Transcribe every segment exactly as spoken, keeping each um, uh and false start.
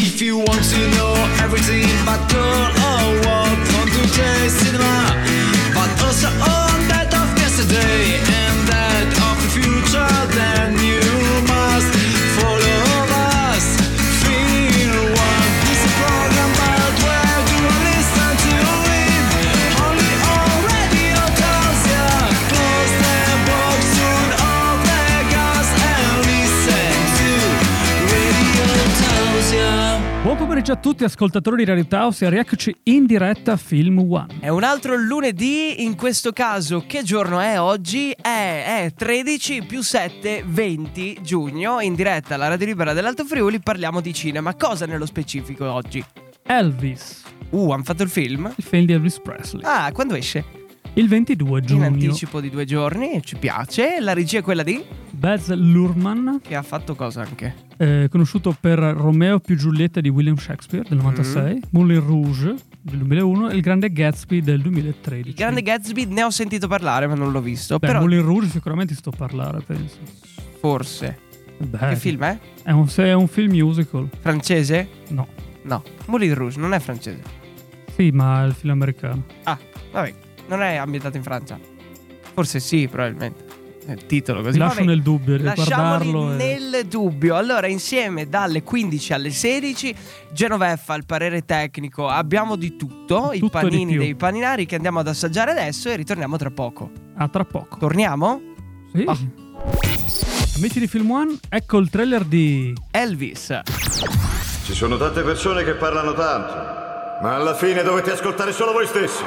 If you want to know everything about girl or what, come to the cinema. But also on that of yesterday and that of the future, then you must follow us. Feel one. This is a program about where do I listen to it. Only on Radio Tausia. Close the box, turn off the gas and listen to Radio Tausia. Buon pomeriggio a tutti ascoltatori di Radio Tausia, rieccoci in diretta a Film One. È un altro lunedì, in questo caso che giorno è oggi? È, è tredici più sette, venti giugno, in diretta alla Radio Libera dell'Alto Friuli parliamo di cinema. Cosa nello specifico oggi? Elvis. Uh, hanno fatto il film? Il film di Elvis Presley. Ah, quando esce? Il ventidue giugno. In anticipo di due giorni, ci piace. La regia è quella di? Baz Luhrmann. Che ha fatto cosa anche? Eh, conosciuto per Romeo più Giulietta di William Shakespeare del novantasei, mm. Moulin Rouge del duemilauno e Il Grande Gatsby del duemilatredici. Il Grande Gatsby ne ho sentito parlare ma non l'ho visto. Beh, però... Moulin Rouge sicuramente sto a parlare, penso. Forse. Beh, che film è? È un, è un film musical. Francese? No. No, Moulin Rouge non è francese. Sì, ma è il film americano. Ah, vabbè, non è ambientato in Francia. Forse sì, probabilmente. Il titolo così. Lascio vabbè, nel dubbio di lasciamoli guardarlo. nel e... dubbio. Allora, insieme dalle quindici alle sedici, Genoveffa fa il parere tecnico. Abbiamo di tutto, tutto i panini di dei paninari che andiamo ad assaggiare adesso e ritorniamo tra poco. A tra poco. Torniamo? Sì. Ah. Amici di Film One, ecco il trailer di Elvis. Ci sono tante persone che parlano tanto, ma alla fine dovete ascoltare solo voi stessi.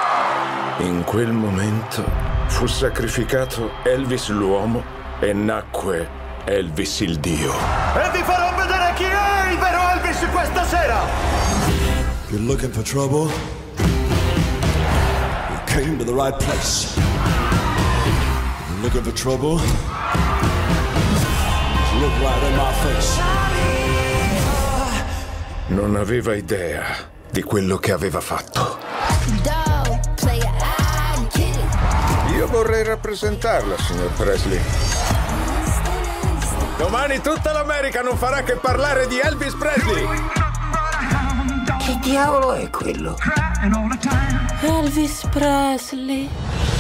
In quel momento fu sacrificato Elvis l'uomo e nacque Elvis il dio. E vi farò vedere chi è il vero Elvis questa sera! You're looking for trouble? You came to the right place. You're looking for trouble? Look right in my face. Non aveva idea di quello che aveva fatto. Io vorrei rappresentarla, signor Presley. Domani tutta l'America non farà che parlare di Elvis Presley. Che diavolo è quello? Elvis Presley.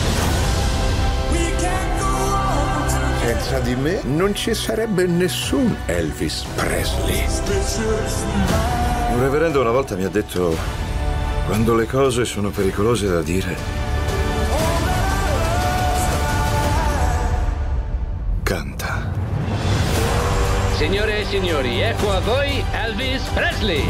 Senza di me non ci sarebbe nessun Elvis Presley. Un reverendo una volta mi ha detto: quando le cose sono pericolose da dire, canta. Signore e signori, ecco a voi Elvis Presley.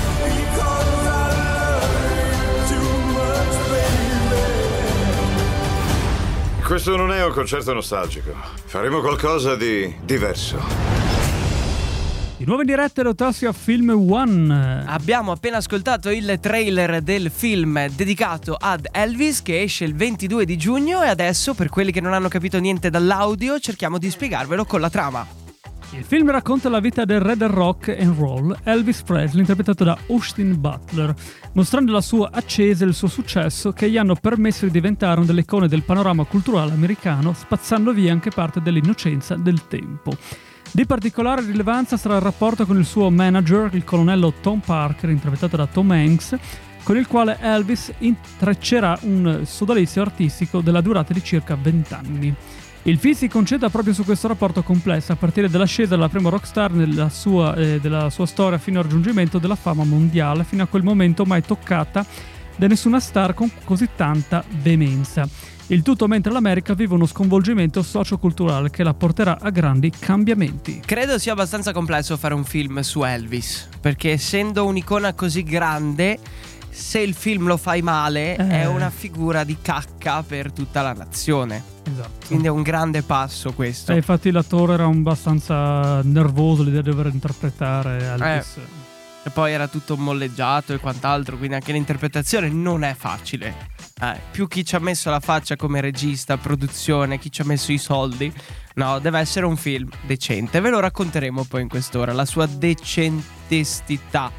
Questo non è un concerto nostalgico. Faremo qualcosa di diverso. Di nuovo in diretta Rotassia Film One. Abbiamo appena ascoltato il trailer del film dedicato ad Elvis che esce il ventidue di giugno e adesso, per quelli che non hanno capito niente dall'audio, cerchiamo di spiegarvelo con la trama. Il film racconta la vita del re del rock and roll, Elvis Presley, interpretato da Austin Butler, mostrando la sua ascesa e il suo successo che gli hanno permesso di diventare una delle icone del panorama culturale americano, spazzando via anche parte dell'innocenza del tempo. Di particolare rilevanza sarà il rapporto con il suo manager, il colonnello Tom Parker, interpretato da Tom Hanks, con il quale Elvis intreccerà un sodalizio artistico della durata di circa vent'anni. Il film si concentra proprio su questo rapporto complesso, a partire dall'ascesa della prima rockstar nella sua, eh, della sua storia fino al raggiungimento della fama mondiale, fino a quel momento mai toccata da nessuna star con così tanta veemenza. Il tutto mentre l'America vive uno sconvolgimento socioculturale che la porterà a grandi cambiamenti. Credo sia abbastanza complesso fare un film su Elvis, perché essendo un'icona così grande, se il film lo fai male eh. è una figura di cacca per tutta la nazione. Esatto. Quindi è un grande passo questo. E infatti l'attore era abbastanza nervoso l'idea di dover interpretare Elvis. Eh. E poi era tutto molleggiato e quant'altro, quindi anche l'interpretazione non è facile. Eh, più chi ci ha messo la faccia come regista, produzione, chi ci ha messo i soldi. No, deve essere un film decente. Ve lo racconteremo poi in quest'ora, la sua decentestità.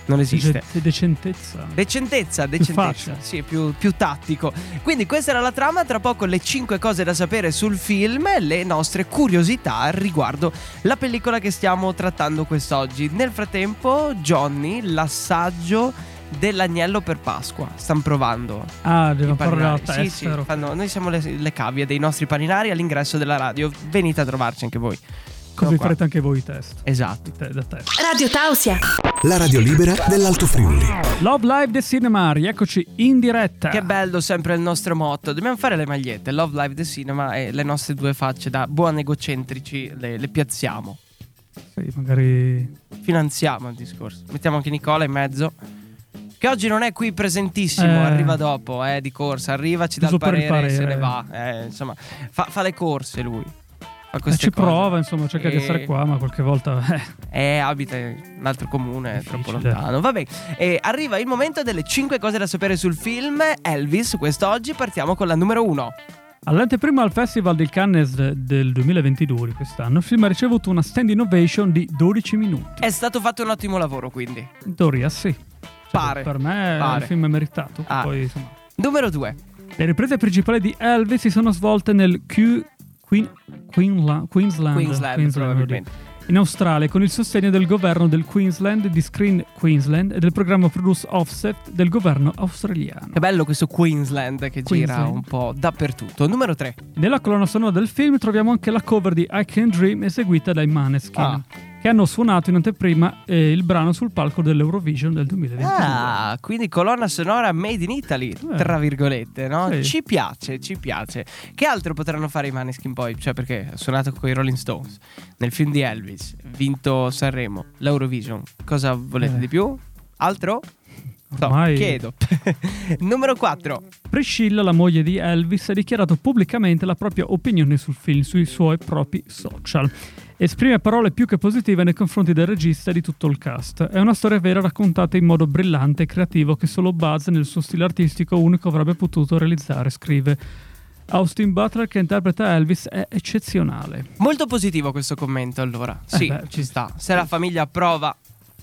Non esiste. De- decentezza. Decentezza, decentezza. Più sì, più, più tattico. Quindi questa era la trama. Tra poco le cinque cose da sapere sul film e le nostre curiosità riguardo la pellicola che stiamo trattando quest'oggi. Nel frattempo, Johnny, l'assaggio dell'agnello per Pasqua. Stanno provando. Ah, devo i fare la paninari. testa. Sì, sì, fanno- noi siamo le, le cavie dei nostri paninari all'ingresso della radio. Venite a trovarci anche voi. Così Siamo qua. farete anche voi i test. Esatto. Te- da te. Radio Tausia. La radio libera dell'Alto Friuli. Love Live The Cinema, rieccoci in diretta. Che bello, sempre il nostro motto. Dobbiamo fare le magliette, Love Live The Cinema, e le nostre due facce da buoni egocentrici le, le piazziamo. Sì, magari Finanziamo il discorso. Mettiamo anche Nicola in mezzo, che oggi non è qui presentissimo, Eh. arriva dopo, eh, di corsa. Arriva, ci dà il Giusto per parere, il e se parere. ne va. Eh, insomma, fa, fa le corse lui. Fa eh, queste ci cose. prova, insomma, cerca E- di essere qua, ma qualche volta eh. Eh, abita in un altro comune, è troppo Difficile. lontano. Vabbè, e arriva il momento delle cinque cose da sapere sul film Elvis. Quest'oggi partiamo con la numero uno. All'anteprima al Festival del Cannes del duemilaventidue di quest'anno, il film ha ricevuto una standing ovation di dodici minuti. È stato fatto un ottimo lavoro, quindi. In teoria sì. Cioè, Pare. Per me Pare. il film è meritato. Ah. Poi, insomma, Numero due. le riprese principali di Elvis si sono svolte nel Q- Queen- Queenla- Queensland, Queensland, probabilmente. in Australia, con il sostegno del governo del Queensland, di Screen Queensland e del programma Produce Offset del governo australiano. Che bello questo Queensland che gira Queensland. un po' dappertutto. Numero tre. Nella colonna sonora del film troviamo anche la cover di I Can Dream eseguita dai Maneskin, Ah. che hanno suonato in anteprima eh, il brano sul palco dell'Eurovision del duemilaventidue. Ah, quindi colonna sonora made in Italy, tra virgolette, no? Sì. Ci piace, ci piace. Che altro potranno fare i Maneskin poi? Cioè, perché ha suonato con i Rolling Stones nel film di Elvis, vinto Sanremo, l'Eurovision. Cosa volete Eh. di più? Altro? No, Ormai- chiedo. Numero quattro. Priscilla, la moglie di Elvis, ha dichiarato pubblicamente la propria opinione sul film sui suoi propri social. Esprime parole più che positive nei confronti del regista e di tutto il cast. È una storia vera raccontata in modo brillante e creativo che solo Buzz nel suo stile artistico unico avrebbe potuto realizzare, scrive. Austin Butler, che interpreta Elvis, è eccezionale. Molto positivo questo commento, allora. Eh Sì, beh, ci sta. Se la famiglia approva,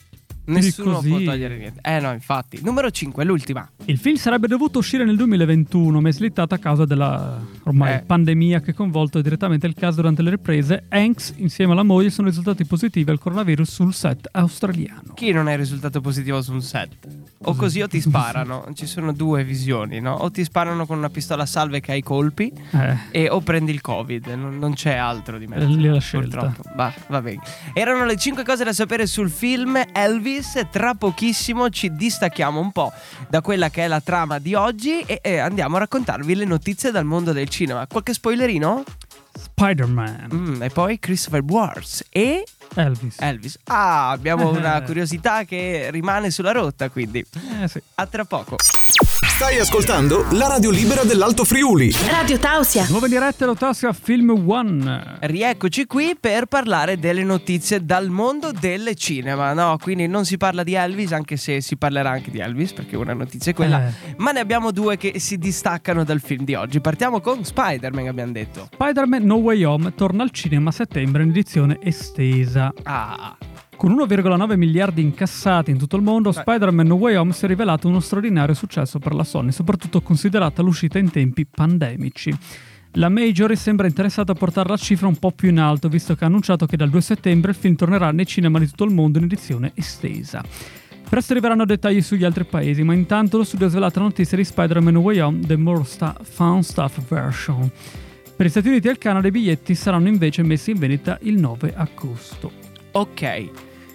nessuno così. può togliere niente. Eh no, infatti. Numero cinque, l'ultima. Il film sarebbe dovuto uscire nel duemilaventuno, ma è slittato a causa della ormai Eh. pandemia che ha coinvolto direttamente il cast durante le riprese. Hanks, insieme alla moglie, sono risultati positivi al coronavirus sul set australiano. Chi non è risultato positivo su un set? O così o ti sparano. Ci sono due visioni, no? O ti sparano con una pistola a salve che hai i colpi, Eh. e o prendi il Covid. Non, non c'è altro di mezzo. Eh, lì è la scelta. Purtroppo. Bah, va bene. Erano le cinque cose da sapere sul film Elvis. Tra pochissimo ci distacchiamo un po' da quella che è la trama di oggi e, e andiamo a raccontarvi le notizie dal mondo del cinema. Qualche spoilerino? Spider-Man. Mm, e poi Christopher Waltz e Elvis. Elvis. Ah, abbiamo una curiosità che rimane sulla rotta, quindi Eh sì. a tra poco. Stai ascoltando la radio libera dell'Alto Friuli. Radio Tausia. Nuova in diretta Rotassia Film One. Rieccoci qui per parlare delle notizie dal mondo del cinema, no? Quindi non si parla di Elvis, anche se si parlerà anche di Elvis, perché una notizia è quella. Eh. Ma ne abbiamo due che si distaccano dal film di oggi. Partiamo con Spider-Man, abbiamo detto. Spider-Man No Way Home torna al cinema a settembre in edizione estesa. Ah, Con uno virgola nove miliardi incassati in tutto il mondo, Spider-Man No Way Home si è rivelato uno straordinario successo per la Sony, soprattutto considerata l'uscita in tempi pandemici. La Major sembra interessata a portare la cifra un po' più in alto, visto che ha annunciato che dal due settembre il film tornerà nei cinema di tutto il mondo in edizione estesa. Presto arriveranno dettagli sugli altri paesi, ma intanto lo studio ha svelato la notizia di Spider-Man No Way Home, The More sta- Fun Stuff Version. Per gli Stati Uniti e il Canada i biglietti saranno invece messi in vendita il nove agosto. ok.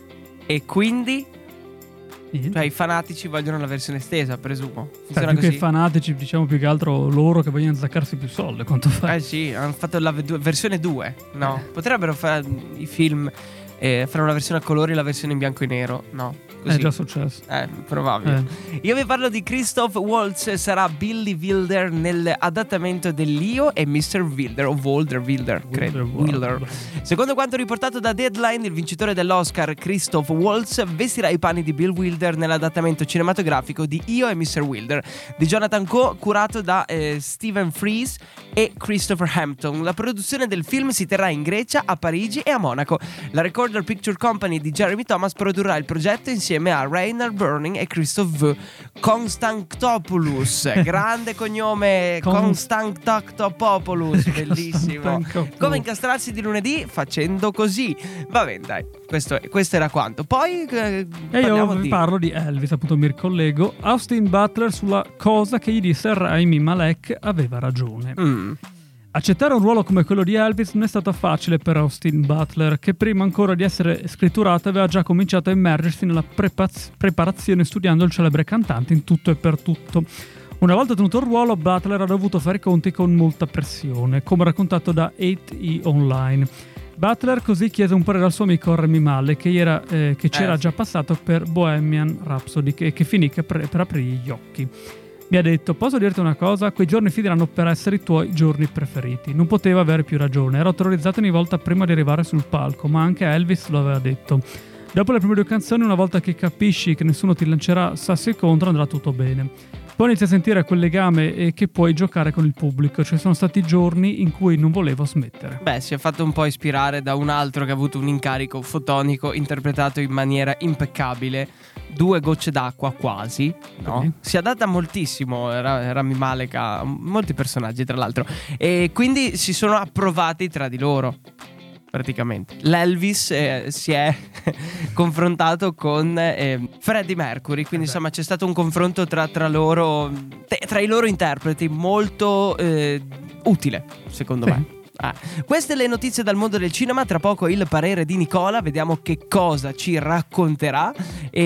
E quindi, Niente. cioè, i fanatici vogliono la versione estesa, presumo. Cioè, Funziona più così? che fanatici, diciamo più che altro loro che vogliono zaccarsi più soldi, quanto fa. Eh sì, hanno fatto la v- versione due. No, potrebbero fare i film, eh, fare una versione a colori e la versione in bianco e nero. No, così. È già successo. Eh, probabile. Io vi parlo di Christoph Waltz. Sarà Billy Wilder nell'adattamento dell'Io e mister Wilder, o Wilder, Wilder, credo. Wilder, Wilder. Secondo quanto riportato da Deadline, il vincitore dell'Oscar Christoph Waltz vestirà i panni di Bill Wilder nell'adattamento cinematografico di Io e mister Wilder di Jonathan Coe, curato da eh, Stephen Frears e Christopher Hampton. La produzione del film si terrà in Grecia, a Parigi e a Monaco. La record Warner Picture Company di Jeremy Thomas produrrà il progetto insieme a Rainer Burning e Christoph Konstantopoulos. Grande cognome, Konstantopoulos, bellissimo. Come incastrarsi di lunedì facendo così. Va bene, dai, questo, questo era quanto. Poi eh, e io vi di... parlo di Elvis, appunto mi ricollego. Austin Butler sulla cosa che gli disse Rami Malek aveva ragione. Mm. Accettare un ruolo come quello di Elvis non è stato facile per Austin Butler, che prima ancora di essere scritturato aveva già cominciato a immergersi nella prepaz- preparazione studiando il celebre cantante in tutto e per tutto. Una volta tenuto il ruolo, Butler ha dovuto fare i conti con molta pressione, come raccontato da eight E Online. Butler così chiese un parere al suo amico Rami Malek, che, era, eh, che c'era eh, già passato per Bohemian Rhapsody, che, che finì che per, per aprire gli occhi. Mi ha detto: posso dirti una cosa? Quei giorni finiranno per essere i tuoi giorni preferiti. Non poteva avere più ragione. Ero terrorizzato ogni volta prima di arrivare sul palco, ma anche Elvis lo aveva detto. Dopo le prime due canzoni, una volta che capisci che nessuno ti lancerà sassi contro, andrà tutto bene. Poi inizi a sentire quel legame e che puoi giocare con il pubblico. Ci sono stati giorni in cui non volevo smettere. Beh, si è fatto un po' ispirare da un altro che ha avuto un incarico fotonico interpretato in maniera impeccabile. Due gocce d'acqua quasi, no? Sì. Si adatta moltissimo Rami Malek a molti personaggi, tra l'altro. E quindi si sono approvati tra di loro, praticamente. L'Elvis eh, si è confrontato con eh, Freddie Mercury, quindi insomma c'è stato un confronto tra, tra loro, te, tra i loro interpreti molto eh, utile, secondo sì. me. Ah, queste le notizie dal mondo del cinema. Tra poco il parere di Nicola, vediamo che cosa ci racconterà.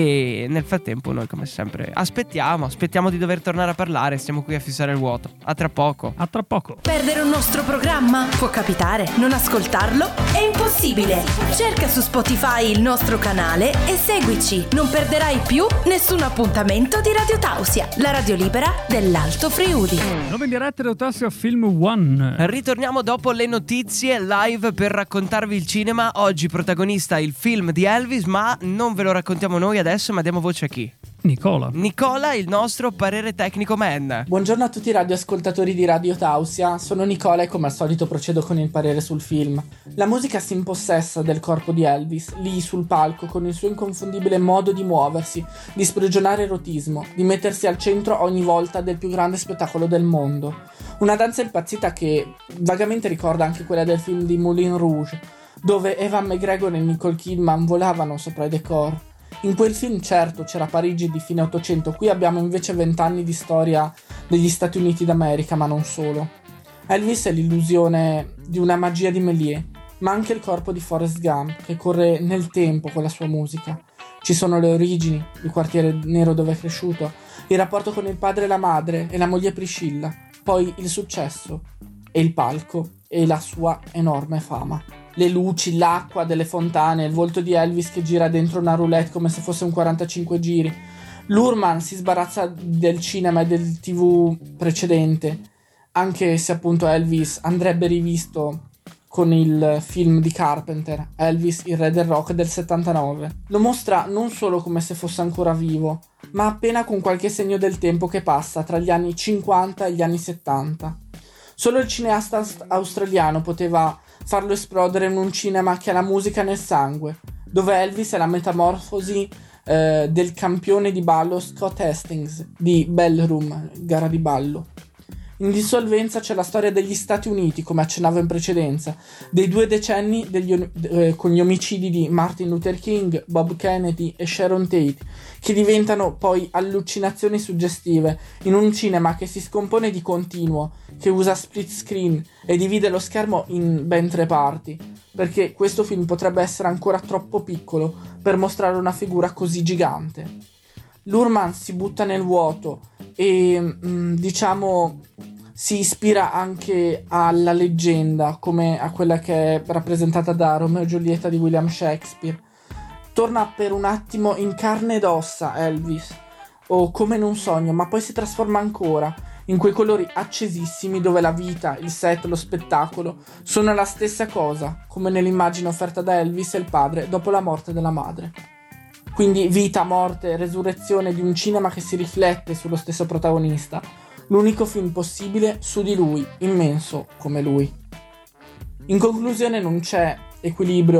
E nel frattempo noi come sempre aspettiamo Aspettiamo di dover tornare a parlare. Stiamo qui a fissare il vuoto. A tra poco. A tra poco. Perdere un nostro programma? Può capitare. Non ascoltarlo? È impossibile. Cerca su Spotify il nostro canale e seguici. Non perderai più nessun appuntamento di Radio Tausia, la radio libera dell'Alto Friuli. Nuovo in diretta Radio Tausia Film One. Ritorniamo dopo le notizie live per raccontarvi il cinema. Oggi protagonista il film di Elvis, ma non ve lo raccontiamo noi adesso, ma diamo voce a chi? Nicola. Nicola, il nostro parere tecnico man. Buongiorno a tutti i radioascoltatori di Radio Tausia, sono Nicola e come al solito procedo con il parere sul film. La musica si impossessa del corpo di Elvis, lì sul palco, con il suo inconfondibile modo di muoversi, di sprigionare erotismo, di mettersi al centro ogni volta del più grande spettacolo del mondo. Una danza impazzita che vagamente ricorda anche quella del film di Moulin Rouge, dove Evan McGregor e Nicole Kidman volavano sopra i decor. In quel film certo c'era Parigi di fine Ottocento, qui abbiamo invece vent'anni di storia degli Stati Uniti d'America, ma non solo. Elvis è l'illusione di una magia di Méliès, ma anche il corpo di Forrest Gump, che corre nel tempo con la sua musica. Ci sono le origini, il quartiere nero dove è cresciuto, il rapporto con il padre e la madre e la moglie Priscilla, poi il successo e il palco e la sua enorme fama. Le luci, l'acqua delle fontane, il volto di Elvis che gira dentro una roulette come se fosse un quarantacinque giri. L'Urman si sbarazza del cinema e del tivù precedente, anche se appunto Elvis andrebbe rivisto con il film di Carpenter, Elvis, il re del rock del settantanove. Lo mostra non solo come se fosse ancora vivo, ma appena con qualche segno del tempo che passa tra gli anni cinquanta e gli anni settanta. Solo il cineasta australiano poteva farlo esplodere in un cinema che ha la musica nel sangue, dove Elvis è la metamorfosi eh, del campione di ballo Scott Hastings di Ballroom, gara di ballo. In dissolvenza c'è la storia degli Stati Uniti, come accennavo in precedenza, dei due decenni degli, eh, con gli omicidi di Martin Luther King, Bob Kennedy e Sharon Tate, che diventano poi allucinazioni suggestive in un cinema che si scompone di continuo, che usa split screen e divide lo schermo in ben tre parti, perché questo film potrebbe essere ancora troppo piccolo per mostrare una figura così gigante. L'Urman si butta nel vuoto e mh, diciamo si ispira anche alla leggenda, come a quella che è rappresentata da Romeo e Giulietta di William Shakespeare. Torna per un attimo in carne ed ossa Elvis, o come in un sogno, ma poi si trasforma ancora in quei colori accesissimi dove la vita, il set, lo spettacolo sono la stessa cosa, come nell'immagine offerta da Elvis e il padre dopo la morte della madre. Quindi vita, morte, resurrezione di un cinema che si riflette sullo stesso protagonista. L'unico film possibile su di lui, immenso come lui. In conclusione non c'è equilibrio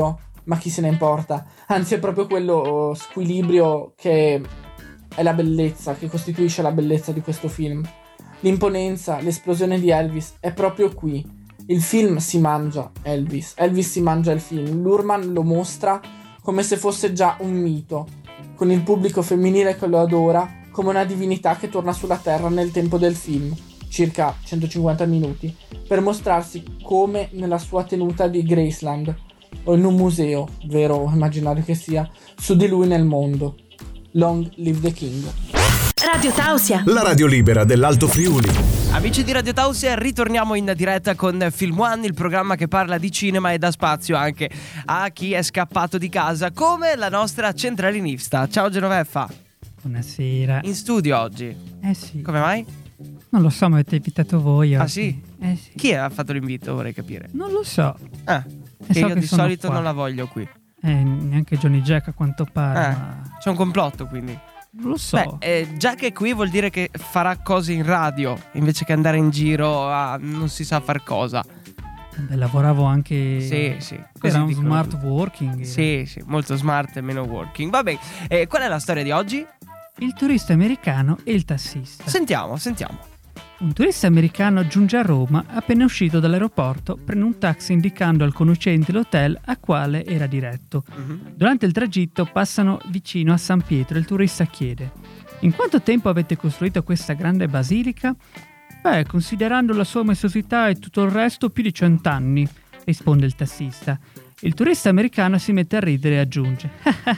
ma chi se ne importa? Anzi, è proprio quello squilibrio che è la bellezza, che costituisce la bellezza di questo film. L'imponenza, l'esplosione di Elvis è proprio qui. Il film si mangia Elvis, Elvis si mangia il film. Luhrmann lo mostra come se fosse già un mito, con il pubblico femminile che lo adora come una divinità che torna sulla terra nel tempo del film, circa centocinquanta minuti, per mostrarsi come nella sua tenuta di Graceland o in un museo, vero o immaginario che sia, su di lui nel mondo. Long live the King. Radio Tausia, la radio libera dell'Alto Friuli. Amici di Radio Tausia, ritorniamo in diretta con Film One, il programma che parla di cinema e dà spazio anche a chi è scappato di casa, come la nostra centralinista. Ciao Genoveffa. Buonasera. In studio oggi. Eh sì. Come mai? Non lo so, ma avete invitato voi oggi. Ah sì? Eh sì. Chi ha fatto l'invito, vorrei capire? Non lo so. Ah, E che so io che di sono solito qua. non la voglio qui. Eh, neanche Johnny Jack a quanto pare. Eh, Ma... c'è un complotto quindi. Non lo so. Beh, eh, già che è qui vuol dire che farà cose in radio invece che andare in giro a non si sa far cosa. Beh, lavoravo anche. Sì, sì. Così Era un dicono smart tutti. working. Sì, sì, molto smart e meno working. Vabbè, eh, qual è la storia di oggi? Il turista americano e il tassista. Sentiamo, sentiamo. Un turista americano giunge a Roma appena uscito dall'aeroporto, prende un taxi indicando al conducente l'hotel a quale era diretto. Mm-hmm. Durante il tragitto passano vicino a San Pietro e il turista chiede: in quanto tempo avete costruito questa grande basilica? Beh, considerando la sua maestosità e tutto il resto, più di cent'anni, risponde il tassista. Il turista americano si mette a ridere e aggiunge: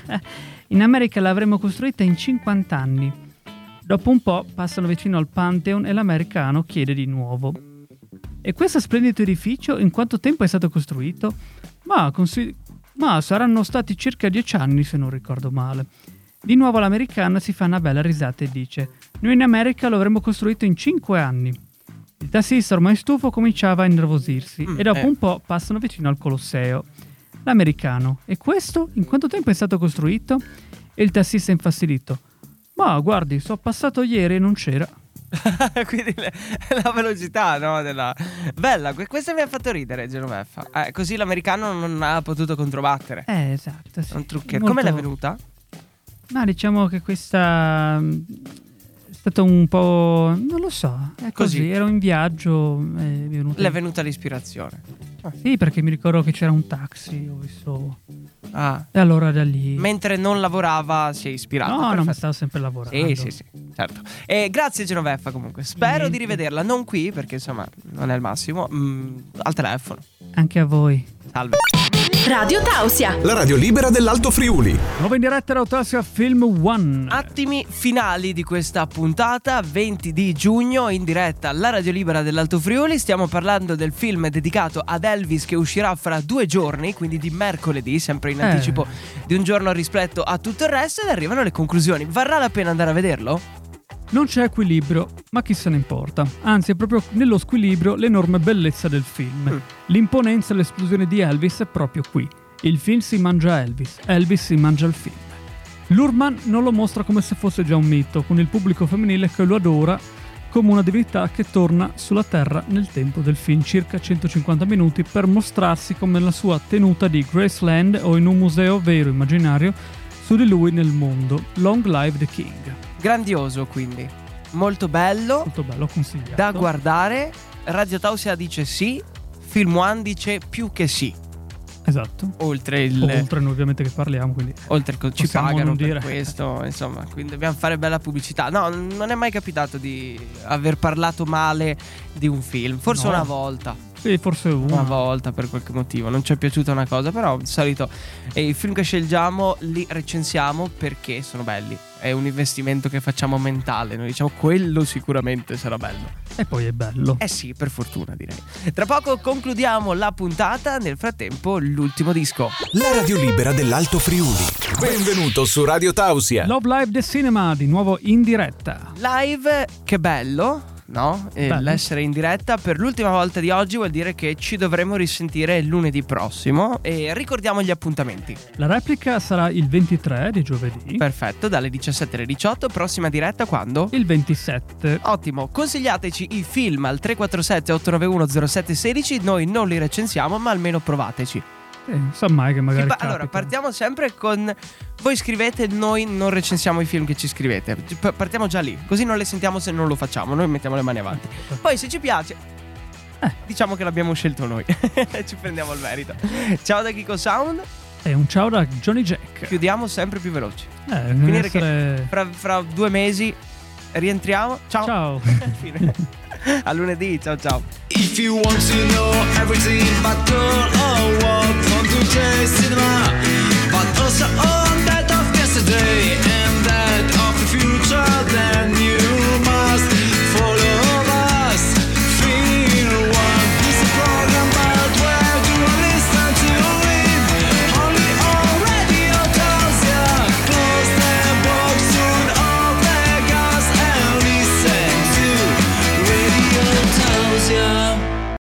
in America l'avremmo costruita in cinquanta anni. Dopo un po' passano vicino al Pantheon e l'americano chiede di nuovo: e questo splendido edificio in quanto tempo è stato costruito? Ma, consi- ma saranno stati circa dieci anni, se non ricordo male. Di nuovo l'americano si fa una bella risata e dice: noi in America lo avremmo costruito in cinque anni. Il tassista, ormai stufo, cominciava a innervosirsi Mm, e dopo eh. un po' passano vicino al Colosseo. L'americano: e questo in quanto tempo è stato costruito? E il tassista infastidito: ma guardi, sono passato ieri e non c'era. Quindi le- la velocità, no? Della... Bella, que- questa mi ha fatto ridere, Genoveffa. Eh, così l'americano non ha potuto controbattere. Eh, esatto, sì. Un trucchetto. Molto- Come l'è venuta? Ma diciamo che questa mh, è stato un po'... non lo so, è così, Così. ero in viaggio e mi è venuta... Le è venuta l'ispirazione. Sì, perché mi ricordo che c'era un taxi, ho visto... Ah. E allora da lì... Mentre non lavorava si è ispirato. no, no, ma Perfetto. stavo sempre lavorando. Sì, sì, sì, certo. E grazie Genoveffa comunque. Spero Niente. di rivederla, non qui perché insomma non è il massimo, mm, al telefono. Anche a voi. Salve. Radio Tausia, La radio libera dell'Alto Friuli. Nuova in diretta da Tausia Film One. Attimi finali di questa puntata, venti di giugno, in diretta alla Radio Libera dell'Alto Friuli. Stiamo parlando del film dedicato ad Elvis che uscirà fra due giorni, quindi di mercoledì, sempre in Eh. anticipo di un giorno rispetto a tutto il resto, ed arrivano le conclusioni. Varrà la pena andare a vederlo? Non c'è equilibrio, ma chi se ne importa. Anzi, è proprio nello squilibrio l'enorme bellezza del film. Mm. L'imponenza e l'esplosione di Elvis è proprio qui. Il film si mangia Elvis, Elvis si mangia il film. Luhrmann non lo mostra come se fosse già un mito, con il pubblico femminile che lo adora come una divinità che torna sulla Terra nel tempo del film, circa centocinquanta minuti, per mostrarsi come la sua tenuta di Graceland o in un museo vero immaginario su di lui nel mondo. Long live the King. Grandioso quindi, molto bello, Molto bello, consigliato. da guardare. Radio Tausia dice sì, Film One dice più che sì. Esatto. Oltre il... Oltre noi ovviamente che parliamo, quindi Oltre il... ci possiamo pagano non per dire. questo, insomma, quindi dobbiamo fare bella pubblicità. No, non è mai capitato di aver parlato male di un film. Forse No. una volta. Sì, forse Una una. volta per qualche motivo non ci è piaciuta una cosa, però di solito eh, i film che scegliamo li recensiamo perché sono belli. È un investimento che facciamo mentale. Noi diciamo quello sicuramente sarà bello. E poi è bello. Eh sì, per fortuna direi. Tra poco concludiamo la puntata. Nel frattempo l'ultimo disco. La radio libera dell'Alto Friuli. Benvenuto su Radio Tausia. Love Live The Cinema, di nuovo in diretta. Live, che bello, no? E Bello. l'essere in diretta per l'ultima volta di oggi vuol dire che ci dovremo risentire lunedì prossimo. E ricordiamo gli appuntamenti. La replica sarà il ventitré di giovedì. Perfetto, dalle diciassette alle diciotto. Prossima diretta quando? Il ventisette. Ottimo, consigliateci i film al tre quattro sette otto nove uno zero sette uno sei. Noi non li recensiamo, ma almeno provateci. Eh, sa mai che magari Pa- capita. allora, partiamo sempre con... Voi scrivete, noi non recensiamo i film che ci scrivete. P- partiamo già lì, così non le sentiamo se non lo facciamo. Noi mettiamo le mani avanti. Poi se ci piace, eh. diciamo che l'abbiamo scelto noi. Ci prendiamo il merito. Ciao da Kiko Sound. E un ciao da Johnny Jack. Chiudiamo sempre più veloci. Eh, Finire essere... che fra, fra due mesi rientriamo. Ciao. Ciao. Fine. A lunedì, ciao ciao. If you want to know everything but the